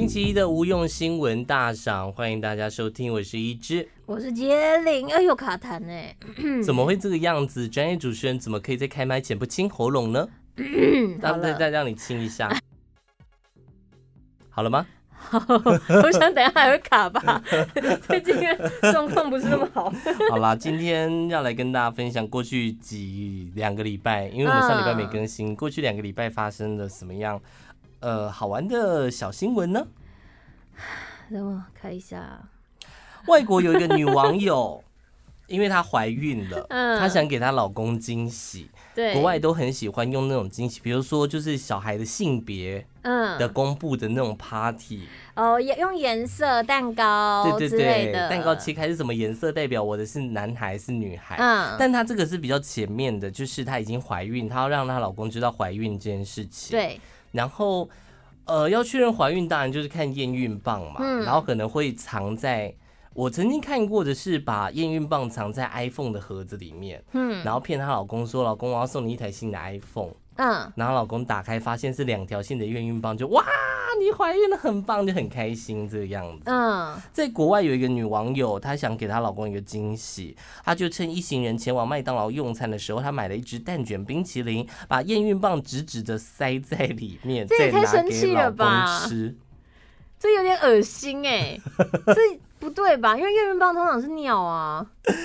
星期一的无用新闻大赏，欢迎大家收听，我是一只， 我是杰玲。哎呦，卡痰哎， 怎么会这个样子？专业主持人怎么可以在开麦前不清喉咙呢？再让你清一下，好了吗？ 我想等一下还会卡吧，最近状况不是那么好。 好啦，今天要来跟大家分享过去两个礼拜，因为我们上礼拜没更新，过去2个礼拜发生了什么样好玩的小新闻呢？ 让我看一下， 外国有一个女网友，因为她怀孕了，她想给她老公惊喜。 对， 国外都很喜欢用那种惊喜，比如说就是小孩的性别的公布的那种 party， 用颜色蛋糕之类的， 蛋糕切开是什么颜色，代表我的是男孩是女孩。但她这个是比较前面的，就是她已经怀孕，她要让她老公知道怀孕这件事情。 对， 然后要确认怀孕，当然就是看验孕棒嘛，然后可能会藏在。我曾经看过的是把验孕棒藏在 iPhone 的盒子里面，然后骗她老公说：“老公，我要送你一台新的 iPhone。”然后老公打开发现是2条线的验孕棒，就哇，你怀孕了，很棒，就很开心这个样子。在国外有一个女网友，她想给她老公一个惊喜，她就趁一行人前往麦当劳用餐的时候，她买了一只蛋卷冰淇淋，把验孕棒直直的塞在里面， 这也太生气了吧， 再拿给老公吃。 这有点恶心哎，这不对吧？因为验孕棒通常是尿啊，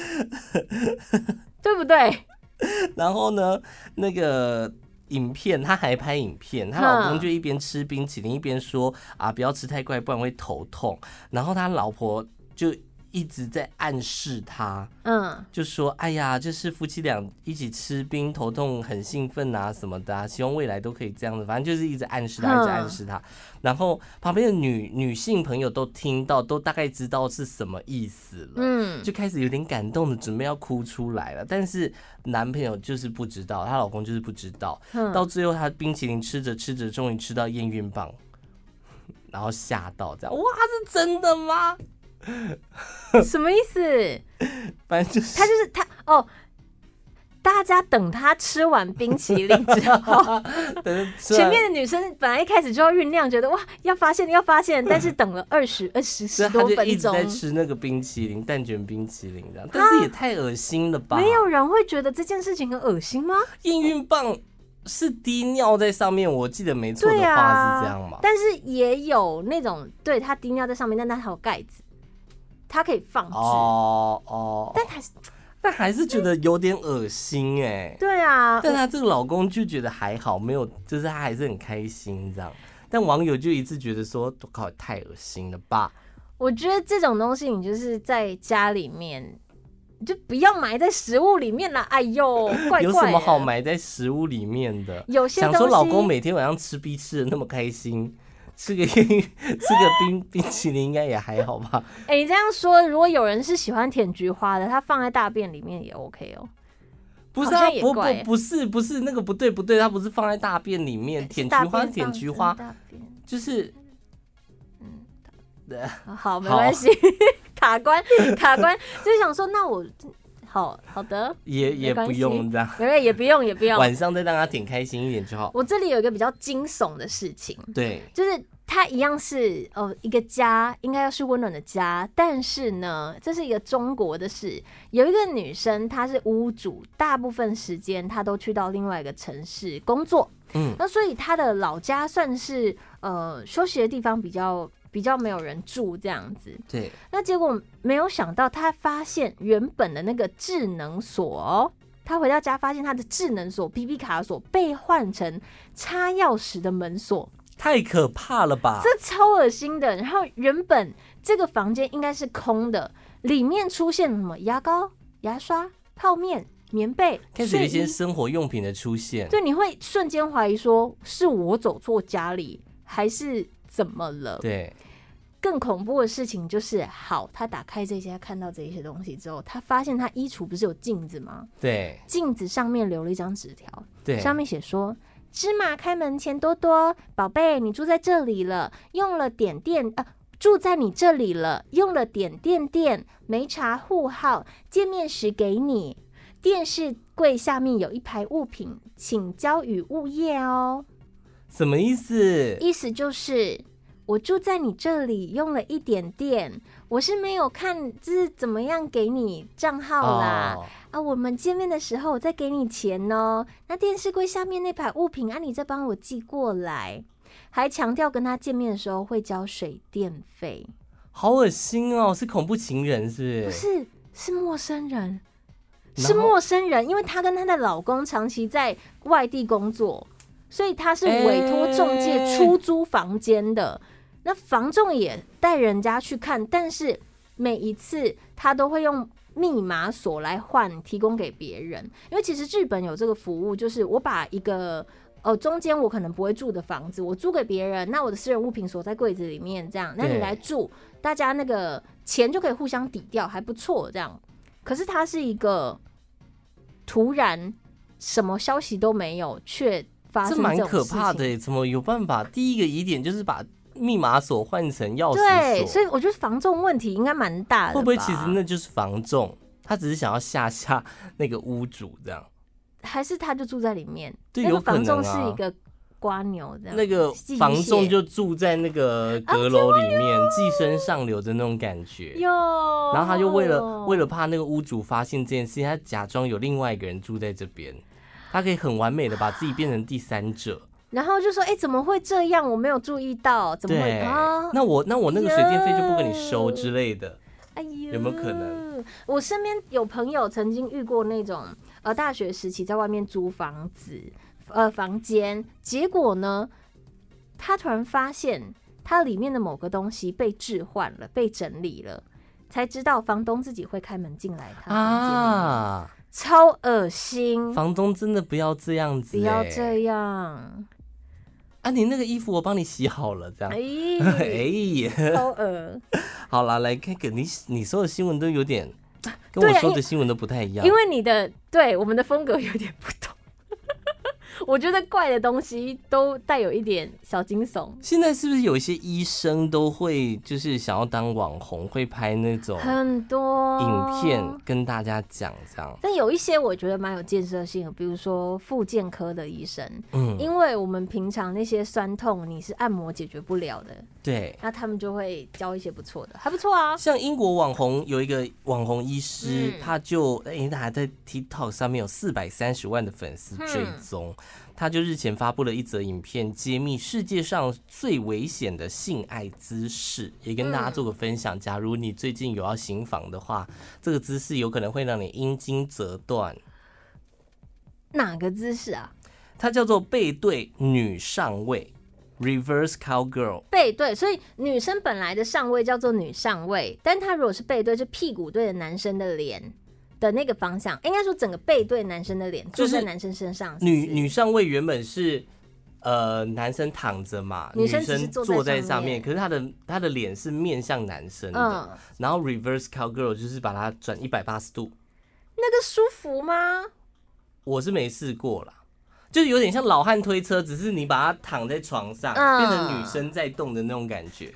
对不对？ 然后呢，那个影片，她还拍影片，她老公就一边吃冰淇淋一边说啊，不要吃太快，不然会头痛。然后她老婆就一直在暗示他，就说哎呀，就是夫妻俩一起吃冰头痛很兴奋啊什么的啊，希望未来都可以这样子，反正就是一直暗示他，一直暗示他。然后旁边的女性朋友都听到，都大概知道是什么意思了，就开始有点感动的准备要哭出来了，但是男朋友就是不知道，她老公就是不知道，到最后她冰淇淋吃着吃着，终于吃到验孕棒，然后吓到这样，哇，是真的吗？ 什么意思？ 反正就是他哦，大家等他吃完冰淇淋之后，前面的女生本来一开始就要酝酿，觉得哇要发现，但是等了10多分钟， 他就一直在吃那个冰淇淋，蛋卷冰淇淋这样，但是也太恶心了吧？ 没有人会觉得这件事情很恶心吗？ 验孕棒是滴尿在上面，我记得没错的话是这样嘛？ 但是也有那种对它滴尿在上面，但它还有盖子。它可以放置但还是觉得有点恶心哎。 对啊， 但她这个老公就觉得还好，没有，就是他还是很开心这样。但网友就一致觉得说，靠，太恶心了吧？ 我觉得这种东西你就是在家里面，你就不要埋在食物里面啦。哎呦，怪怪的。 有什么好埋在食物里面的？ 有些东西想说老公每天晚上吃逼吃的那么开心。吃个冰淇淋应该也还好吧？ 你这样说，如果有人是喜欢舔菊花的，他放在大便里面也 OK 哦。 不是啊，不是那个不对，他不是放在大便里面，舔菊花，就是好，没关系。卡关，就是想说，那我好的， 也不用这样， 也不用， 晚上再让他舔开心一点就好。 我这里有一个比较惊悚的事情， 对， 就是它一样是一个家，应该要是温暖的家，但是呢，这是一个中国的事。有一个女生，她是屋主，大部分时间她都去到另外一个城市工作，那所以她的老家算是休息的地方比较没有人住这样子， 对。 那结果没有想到，他发现原本的那个智能锁，他回到家发现他的智能锁 PP 卡锁被换成插钥匙的门锁， 太可怕了吧！ 这超恶心的。然后原本这个房间应该是空的，里面出现什么牙膏、牙刷、泡面、棉被， 开始有一些生活用品的出现， 对，你会瞬间怀疑说，是我走错家里，还是怎么了？ 对， 更恐怖的事情就是，他打开这些，看到这些东西之后，他发现他衣橱不是有镜子吗？ 对， 镜子上面留了一张纸条， 对， 上面写说：芝麻开门钱多多，宝贝，你住在这里了，用了点点住在你这里了，用了点点点，没查户号，见面时给你。电视柜下面有一排物品，请交与物业哦。 什么意思？ 意思就是我住在你这里用了一点电，我是没有看就是怎么样给你账号啦。我们见面的时候我再给你钱哦。那电视柜下面那排物品你再帮我寄过来。还强调跟他见面的时候会交水电费。 好恶心哦！是恐怖情人是不是？ 不是，是陌生人。是陌生人，因为她跟她的老公长期在外地工作，所以她是委托仲介出租房间的。那房仲也带人家去看，但是每一次她都会用密码锁来换，提供给别人。因为其实日本有这个服务，就是我把一个中间我可能不会住的房子，我租给别人，那我的私人物品锁在柜子里面，这样，那你来住，大家那个钱就可以互相抵掉，还不错这样。可是他是一个突然什么消息都没有，却发生这种事情， 这蛮可怕的耶！怎么有办法？第一个疑点就是把密码锁换成钥匙锁， 对，所以我觉得房仲问题应该蛮大的吧。 会不会其实那就是房仲，他只是想要吓那个屋主这样？ 还是他就住在里面？ 对， 那个房仲有可能啊。 是一个瓜牛这样， 那个房仲就住在那个阁楼里面，寄生上流的那种感觉。然后他就为了怕那个屋主发现这件事情，他假装有另外一个人住在这边，他可以很完美的把自己变成第三者。 然后就说：“怎么会这样？我没有注意到，怎么会啊？ 那我那个水电费就不跟你收之类的。”有没有可能？ 我身边有朋友曾经遇过那种大学时期在外面租房子房间，结果呢，他突然发现他里面的某个东西被置换了，被整理了，才知道房东自己会开门进来他房间里面，超恶心！ 房东真的不要这样子， 不要这样。 你那个衣服我帮你洗好了，这样。 超恶。 好啦，来看看你说的新闻都有点跟我说的新闻都不太一样， 因为对我们的风格有点不同。我觉得怪的东西都带有一点小惊悚。 现在是不是有一些医生都会就是想要当网红，会拍那种很多影片跟大家讲这样？ 但有一些我觉得蛮有建设性的，比如说复健科的医生，因为我们平常那些酸痛你是按摩解决不了的， 对， 那他们就会教一些不错的，还不错啊。 像英国网红有一个网红医师，他就他还在 TikTok 上面有430万的粉丝追踪。他就日前发布了一则影片，揭秘世界上最危险的性爱姿势，也跟大家做个分享。假如你最近有要行房的话，这个姿势有可能会让你阴茎折断。 哪个姿势啊？ 它叫做背对女上位 （Reverse Cowgirl）。 背对，所以女生本来的上位叫做女上位，但她如果是背对，就屁股对着男生的脸的那个方向，应该说整个背对男生的脸，坐在男生身上。 女上位原本是男生躺着嘛，女生坐在上面，可是她的脸是面向男生的。然后 reverse cowgirl 就是把它转180度。 那个舒服吗？ 我是没试过啦，就是有点像老汉推车，只是你把它躺在床上，变成女生在动的那种感觉。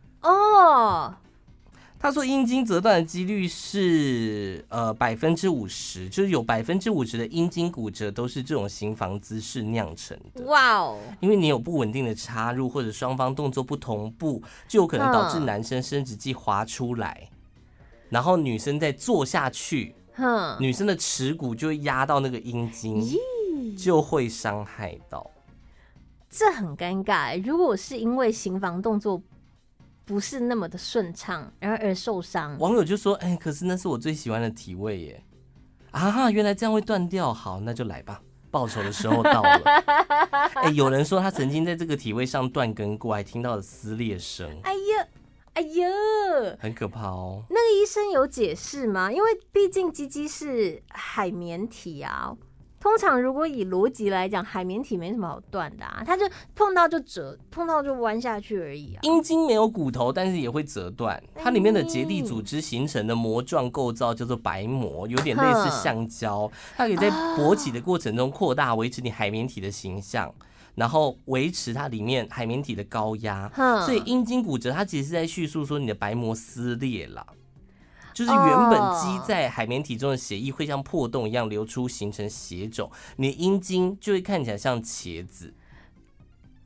他说阴茎折断的几率是50%，就是有50%的阴茎骨折都是这种行房姿势酿成的。 哇哦！ 因为你有不稳定的插入，或者双方动作不同步，就有可能导致男生生殖器滑出来，然后女生再坐下去，女生的耻骨就会压到那个阴茎，就会伤害到。 这很尴尬。如果是因为行房动作不是那么的顺畅而受伤， 网友就说：“可是那是我最喜欢的体位耶！原来这样会断掉，好，那就来吧，报仇的时候到了。”有人说他曾经在这个体位上断根过，还听到了撕裂声。哎呀，很可怕哦。 那个医生有解释吗？因为毕竟鸡鸡是海绵体啊。通常如果以逻辑来讲，海绵体没什么好断的啊，它就碰到就折，碰到就弯下去而已啊。 阴茎没有骨头，但是也会折断。它里面的结缔组织形成的膜状构造叫做白膜，有点类似橡胶，它可以在勃起的过程中扩大，维持你海绵体的形象，然后维持它里面海绵体的高压。所以阴茎骨折，它其实是在叙述说你的白膜撕裂了。就是原本积在海绵体中的血液会像破洞一样流出，形成血肿，你的阴茎就会看起来像茄子。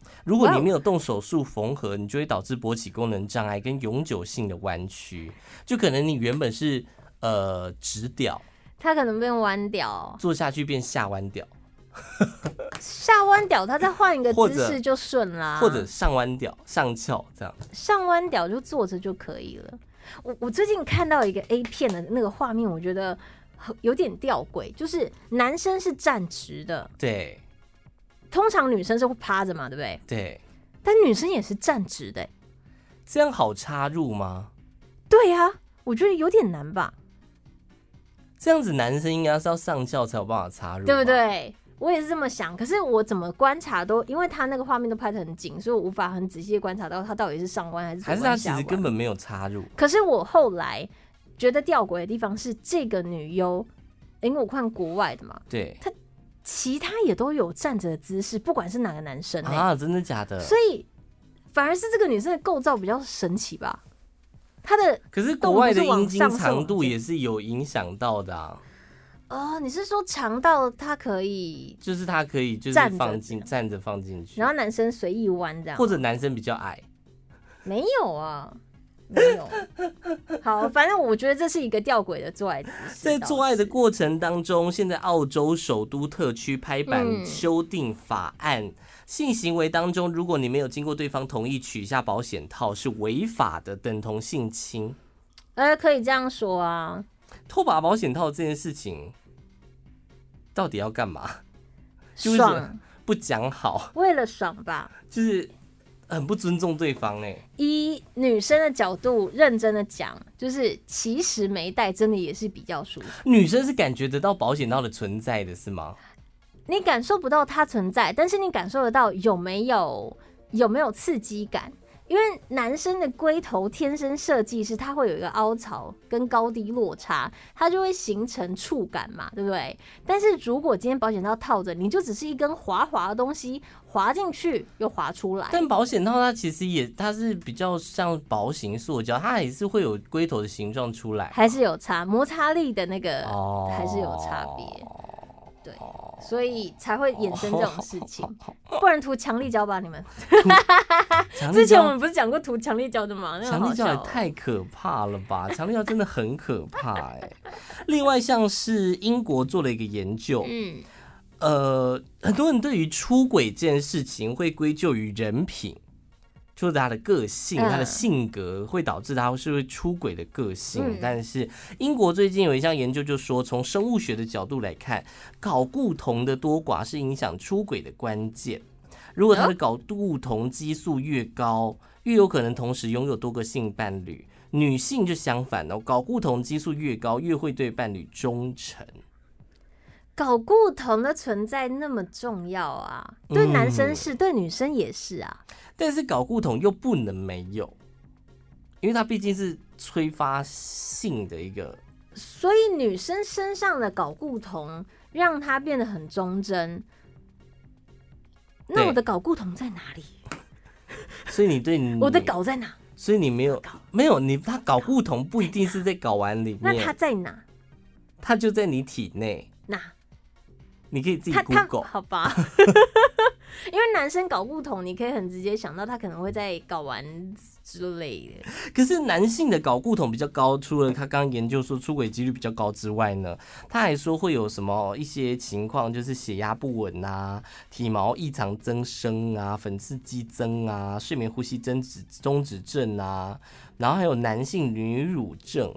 如果你没有动手术缝合，你就会导致勃起功能障碍跟永久性的弯曲，就可能你原本是直屌， 它可能变弯屌， 做下去变下弯屌， 下弯屌它再换一个姿势就顺啦， 或者上弯屌上翘这样， 上弯屌就坐着就可以了。我最近看到一个 A 片的那个画面，我觉得有点吊诡，就是男生是站直的， 对， 通常女生是会趴着嘛，对不对？ 对， 但女生也是站直的， 这样好插入吗？ 对啊，我觉得有点难吧。 这样子男生应该是要上翘才有办法插入， 对不对？我也是这么想，可是我怎么观察都，因为他那个画面都拍得很紧，所以我无法很仔细的观察到他到底是上弯还是左弯下弯。 还是他其实根本没有插入。 可是我后来觉得吊诡的地方是，这个女优，因为我看国外的嘛， 对， 她其他也都有站着的姿势，不管是哪个男生啊，真的假的？ 所以反而是这个女生的构造比较神奇吧。她的可是国外的阴茎长度也是有影响到的啊。 哦，你是说长到它可以， 就是它可以就是放进站着放进去， 然后男生随意弯这样， 或者男生比较矮？ 没有啊，没有。好，反正我觉得这是一个吊诡的做爱姿势。 在做爱的过程当中，现在澳洲首都特区拍板修订法案，性行为当中，如果你没有经过对方同意取下保险套，是违法的，等同性侵。 可以这样说啊。 偷拔保险套这件事情。到底要干嘛？ 爽， 不讲好， 为了爽吧， 就是很不尊重对方哎。 以女生的角度认真的讲，就是其实没戴真的也是比较舒服。 女生是感觉得到保险套的存在的是吗？ 你感受不到它存在，但是你感受得到有没有刺激感。因为男生的龟头天生设计是它会有一个凹槽跟高低落差，它就会形成触感嘛，对不对？但是如果今天保险套套着，你就只是一根滑滑的东西，滑进去又滑出来。 但保险套它其实它是比较像薄型塑胶，它还是会有龟头的形状出来， 还是有差，摩擦力的那个还是有差别。对，所以才会衍生这种事情，不然涂强力胶吧，你们。之前我们不是讲过涂强力胶的吗？ 强力胶也太可怕了吧！强力胶真的很可怕哎。另外，像是英国做了一个研究，很多人对于出轨这件事情会归咎于人品。就是他的个性，他的性格会导致他是会出轨的个性。但是英国最近有一项研究就说，从生物学的角度来看，睾固酮的多寡是影响出轨的关键。如果他的睾固酮激素越高，越有可能同时拥有多个性伴侣。女性就相反哦，睾固酮激素越高，越会对伴侣忠诚。 睾固酮的存在那么重要啊？对男生是，对女生也是啊。 但是睾固酮又不能没有，因为它毕竟是催发性的一个。 所以女生身上的睾固酮让她变得很忠贞。那我的睾固酮在哪里？ 所以你对你我的睾在哪？ 所以你没有你，它睾固酮不一定是在睾丸里面。 那它在哪？ 它就在你体内。 哪？ 你可以自己 Google 好吧。因为男生睾固酮，你可以很直接想到他可能会在睾丸之类的。 可是男性的睾固酮比较高，除了他刚刚研究说出轨几率比较高之外呢，他还说会有什么一些情况，就是血压不稳啊、体毛异常增生啊、粉刺激增啊、睡眠呼吸中止症啊，然后还有男性女乳症，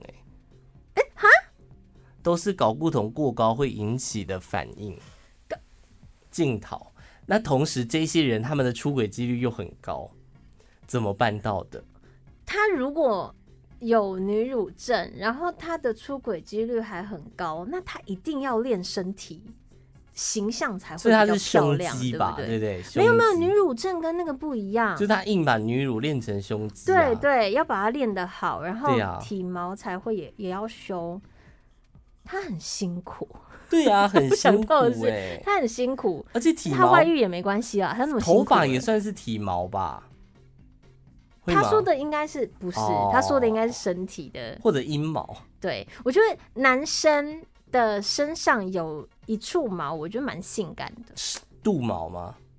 都是睾固酮过高会引起的反应。镜头。那同时这些人他们的出轨几率又很高，怎么办到的？ 他如果有女乳症，然后他的出轨几率还很高，那他一定要练身体，形象才会比较漂亮， 对不对？对， 没有，女乳症跟那个不一样， 就是他硬把女乳练成胸肌， 对，要把它练得好，然后体毛才会也要修，他很辛苦。 对啊，很辛苦他很辛苦， 而且体毛他外遇也没关系啊，他那么辛苦， 头发也算是体毛吧？ 他说的应该是不是？他说的应该是身体的或者阴毛。 对，我觉得男生的身上有一处毛，我觉得蛮性感的。 肚毛吗？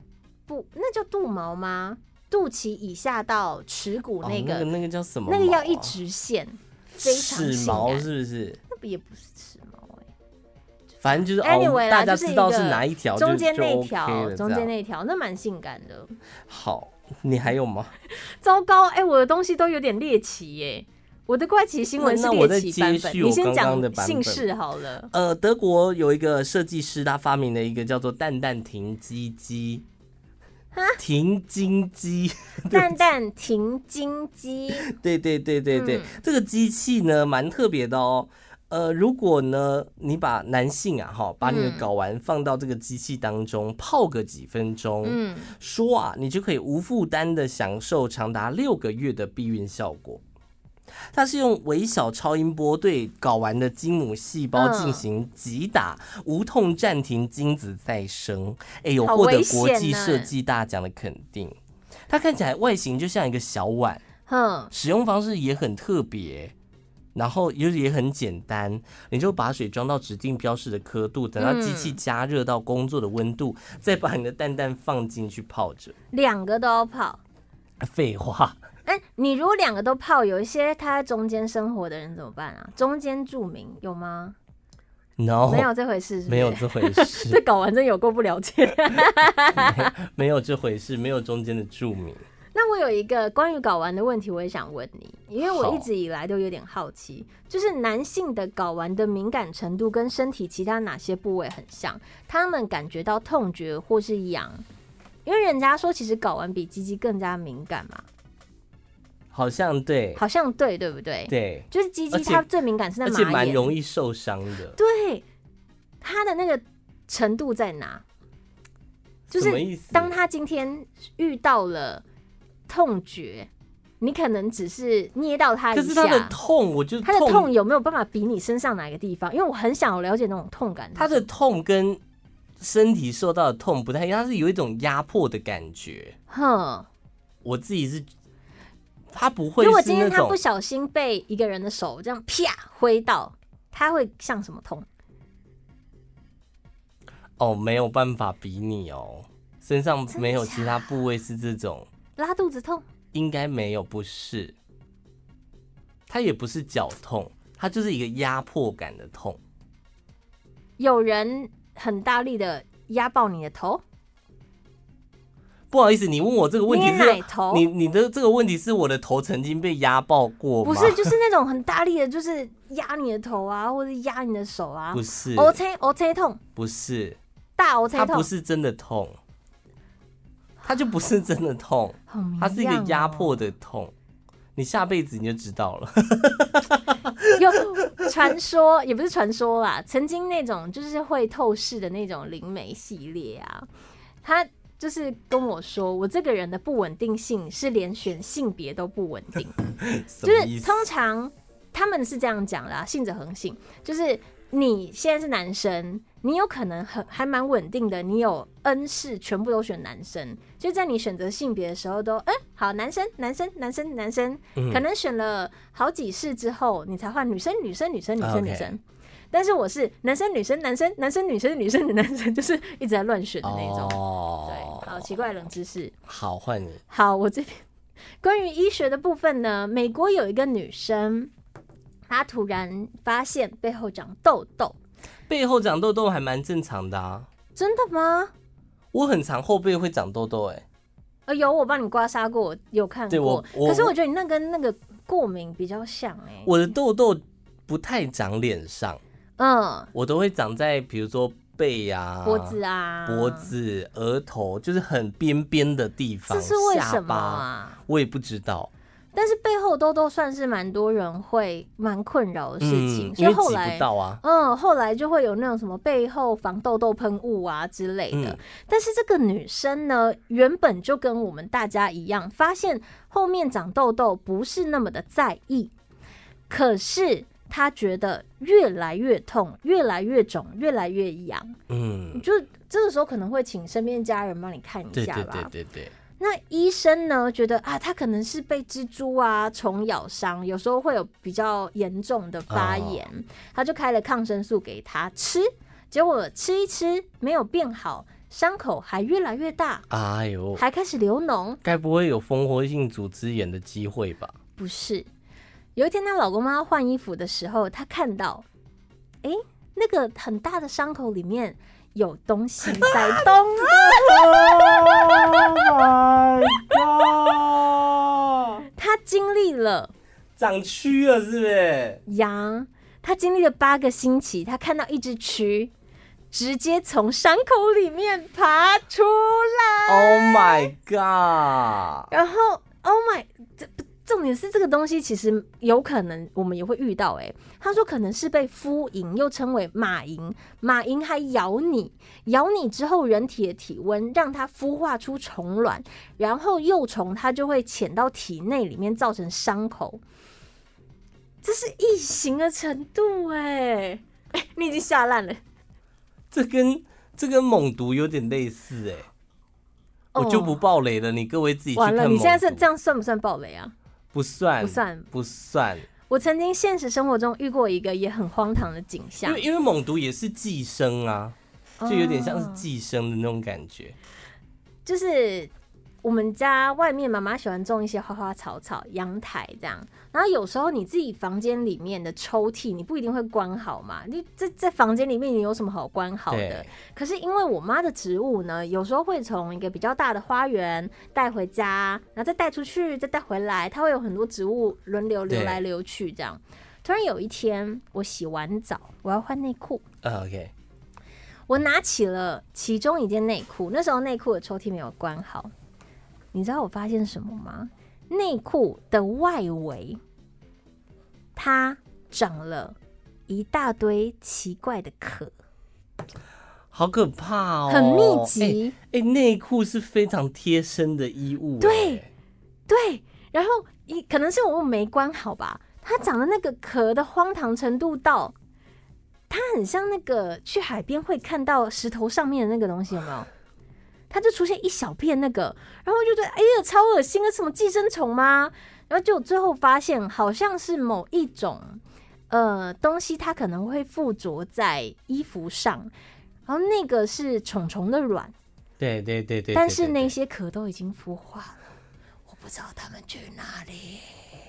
那叫肚毛吗？肚脐以下到耻骨那个， 那个叫什么？ 那个要一直线，非常性感。 齿毛是不是？ 那也不是齿毛反正就是 anyway 大家知道是哪一条， 中间那条， 中间那条，那蛮性感的。 好，你还有吗？ 糟糕，我的东西都有点猎奇耶。我的怪奇新闻是猎奇版本，你先讲姓氏好了。 德国有一个设计师，他发明了一个叫做蛋蛋停机机。停经机， 蛋蛋停经机， 对，这个机器呢蛮特别的哦。如果呢你把男性把你的睾丸放到这个机器当中泡个几分钟，说你就可以无负担的享受长达6个月的避孕效果。它是用微小超音波对睾丸的精母细胞进行击打，无痛暂停精子再生。有获得国际设计大奖的肯定。它看起来外形就像一个小碗，使用方式也很特别，然后也很简单。你就把水装到指定标示的刻度，等到机器加热到工作的温度，再把你的蛋蛋放进去泡着。 2个都要泡？ 废话。 你如果2个都泡，有一些他在中间生活的人怎么办啊？中间住民有吗 ？No， 没有这回事是不是？ 没有这回事。 这睾丸真有够不了解的。 没有这回事，没有中间的住民。 那我有一个关于睾丸的问题，我也想问你，因为我一直以来都有点好奇，就是男性的睾丸的敏感程度跟身体其他哪些部位很像？他们感觉到痛觉或是痒，因为人家说其实睾丸比鸡鸡更加敏感嘛。 好像对， 对不对？ 对， 就是鸡鸡它最敏感是在马眼， 而且蛮容易受伤的。 对，它的那个程度在哪？就是当他今天遇到了痛觉，你可能只是捏到他一下， 可是他的痛， 他的痛有没有办法比你身上哪个地方？因为我很想了解那种痛感。 他的痛跟身体受到的痛不太一样，它是有一种压迫的感觉。我自己是。他不会是那种，如果今天他不小心被一个人的手这样啪挥到，他会像什么痛？ 没有办法比拟哦，身上没有其他部位是这种。 拉肚子痛？ 应该没有，不是。他也不是绞痛，他就是一个压迫感的痛。 有人很大力的压爆你的头？ 不好意思，你问我这个问题是你的这个问题是我的头曾经被压爆过吗？ 不是，就是那种很大力的，就是压你的头啊，或者压你的手啊。 不是 ，O 痛？ 不是， 大 O 痛？ 它不是真的痛，它就不是真的痛，它是一个压迫的痛。你下辈子你就知道了。 有传说，也不是传说啦，曾经那种就是会透视的那种灵媒系列啊，他就是跟我说，我这个人的不稳定性是连选性别都不稳定。就是通常他们是这样讲啦，信者恒信，就是你现在是男生，你有可能还蛮稳定的，你有 N 世全部都选男生，就在你选择性别的时候都好，男生，可能选了好几世之后，你才换女生。但是我是男生女生，就是一直在乱选的那种。对，好奇怪的冷知识。 好，换你。 好，我这边关于医学的部分呢，美国有一个女生，她突然发现背后长痘痘。 背后长痘痘还蛮正常的啊。 真的吗？ 我很常后背会长痘痘有，我帮你刮痧过，我有看过。可是我觉得你那跟那个过敏比较像我的痘痘不太长脸上。我都会长在比如说背啊、 脖子、 额头，就是很边边的地方。 这是为什么啊？ 我也不知道。 但是背后痘痘算是蛮多人会蛮困扰的事情，所以后来挤不到啊。 后来就会有那种什么背后防痘痘喷雾啊之类的。但是这个女生呢，原本就跟我们大家一样，发现后面长痘痘不是那么的在意，可是他觉得越来越痛，越来越肿，越来越痒。就这个时候可能会请身边家人帮你看一下吧。 对。 那医生呢觉得他可能是被蜘蛛啊虫咬伤，有时候会有比较严重的发炎，他就开了抗生素给他吃，结果吃一吃没有变好， 伤口还越来越大， 哎呦， 还开始流脓。 该不会有蜂窝性组织炎的机会吧？ 不是，有一天她老公帮她换衣服的时候，她看到，那个很大的伤口里面有东西在动。 Oh my god！ 她经历了长蛆了，是不是？ 她经历了8个星期，她看到一只蛆直接从伤口里面爬出来。 Oh my god！ 然后 Oh my， 重点是这个东西其实有可能我们也会遇到。他说可能是被夫蝇，又称为马蝇，马蝇还咬你之后，人体的体温让它孵化出虫卵，然后幼虫它就会潜到体内里面，造成伤口。这是异形的程度你已经吓烂了。 这跟猛毒有点类似我就不爆雷了，你各位自己去看猛毒。完了， 你现在是这样算不算爆雷啊？ 不算， 不算。我曾经现实生活中遇过一个也很荒唐的景象， 因为猛毒也是寄生啊，就有点像是寄生的那种感觉。 就是我们家外面妈妈喜欢种一些花花草草，阳台这样。然后有时候你自己房间里面的抽屉，你不一定会关好嘛。你在房间里面，你有什么好关好的？可是因为我妈的植物呢，有时候会从一个比较大的花园带回家，然后再带出去，再带回来，它会有很多植物轮流流来流去这样。突然有一天，我洗完澡，我要换内裤。 OK。 我拿起了其中一件内裤，那时候内裤的抽屉没有关好。你知道我发现什么吗？内裤的外围，它长了一大堆奇怪的壳， 好可怕哦！ 很密集。 内裤是非常贴身的衣物。 对，然后可能是我没关好吧，它长的那个壳的荒唐程度到，它很像那个去海边会看到石头上面的那个东西，有没有？它就出现一小片那个，然后我就觉得哎呀超恶心，什么寄生虫吗？然后就最后发现好像是某一种东西，它可能会附着在衣服上，然后那个是虫虫的卵。对，但是那些壳都已经孵化了，我不知道它们去哪里。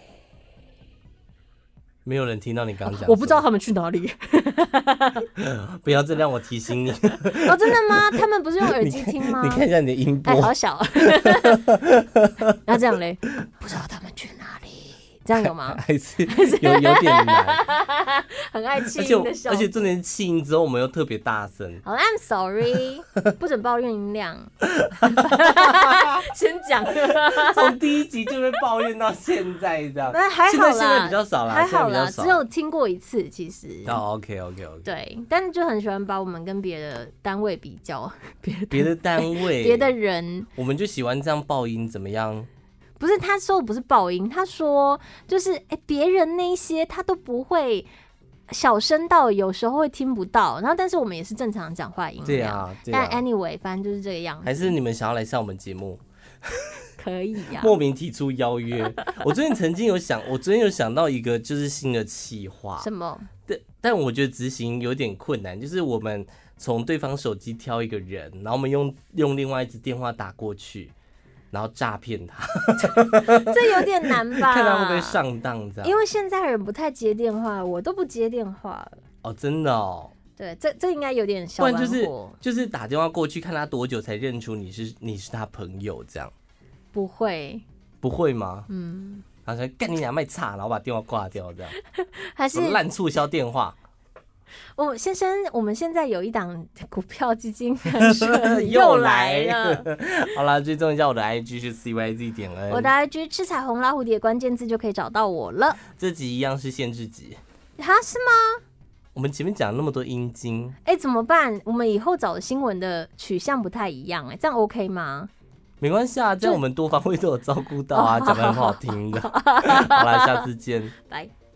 没有人听到你刚刚讲， 我不知道他们去哪里。 不要再让我提醒你。 哦，真的吗？他们不是用耳机听吗？ 你看一下你的音波， 好小。那这样嘞，不知道他们去哪里，这样有吗？ 还是有点难。 很爱气音的笑， 而且重点是气音之后我们又特别大声。 好了 ，I'm sorry， 不准抱怨音量。先讲， 从第1集就被抱怨到现在这样。 还好啦， 现在比较少啦， 还好啦，只有听过一次，其实。 OK。 对，但是就很喜欢把我们跟别的单位比较， 别的单位、 别的人， 我们就喜欢这样爆音，怎么样？ 不是，他说不是爆音，他说就是别人那些他都不会小声到有时候会听不到，然后但是我们也是正常讲话音量。对啊。但 anyway， 反正就是这个样子。 还是你们想要来上我们节目？ 可以呀、 莫名提出邀约。我昨天有想到一个就是新的企划。 什么？ 但我觉得执行有点困难，就是我们从对方手机挑一个人，然后我们用另外一支电话打过去，然后诈骗他。 这有点难吧？ 看他会不会上当这样。 因为现在人不太接电话，我都不接电话了。 哦，真的哦。 对，这应该有点小玩火。 不然就是打电话过去，看他多久才认出你是他朋友这样。 不会吗？然后说干你俩卖差，然后把电话挂掉这样。 还是烂促销电话。 先生，我们现在有一档股票基金又来了。 好啦，追踪一下我的 IG 是 CYZ.N， 我的 IG 吃彩虹老虎蝶关键字就可以找到我了。 这集一样是限制级。 哈，是吗？ 我们前面讲了那么多阴茎， 怎么办？我们以后找的新闻的取向不太一样，这样 OK 吗？ 没关系啊，这样我们多方位都有照顾到啊，讲得很好听的。好啦，下次见， 拜。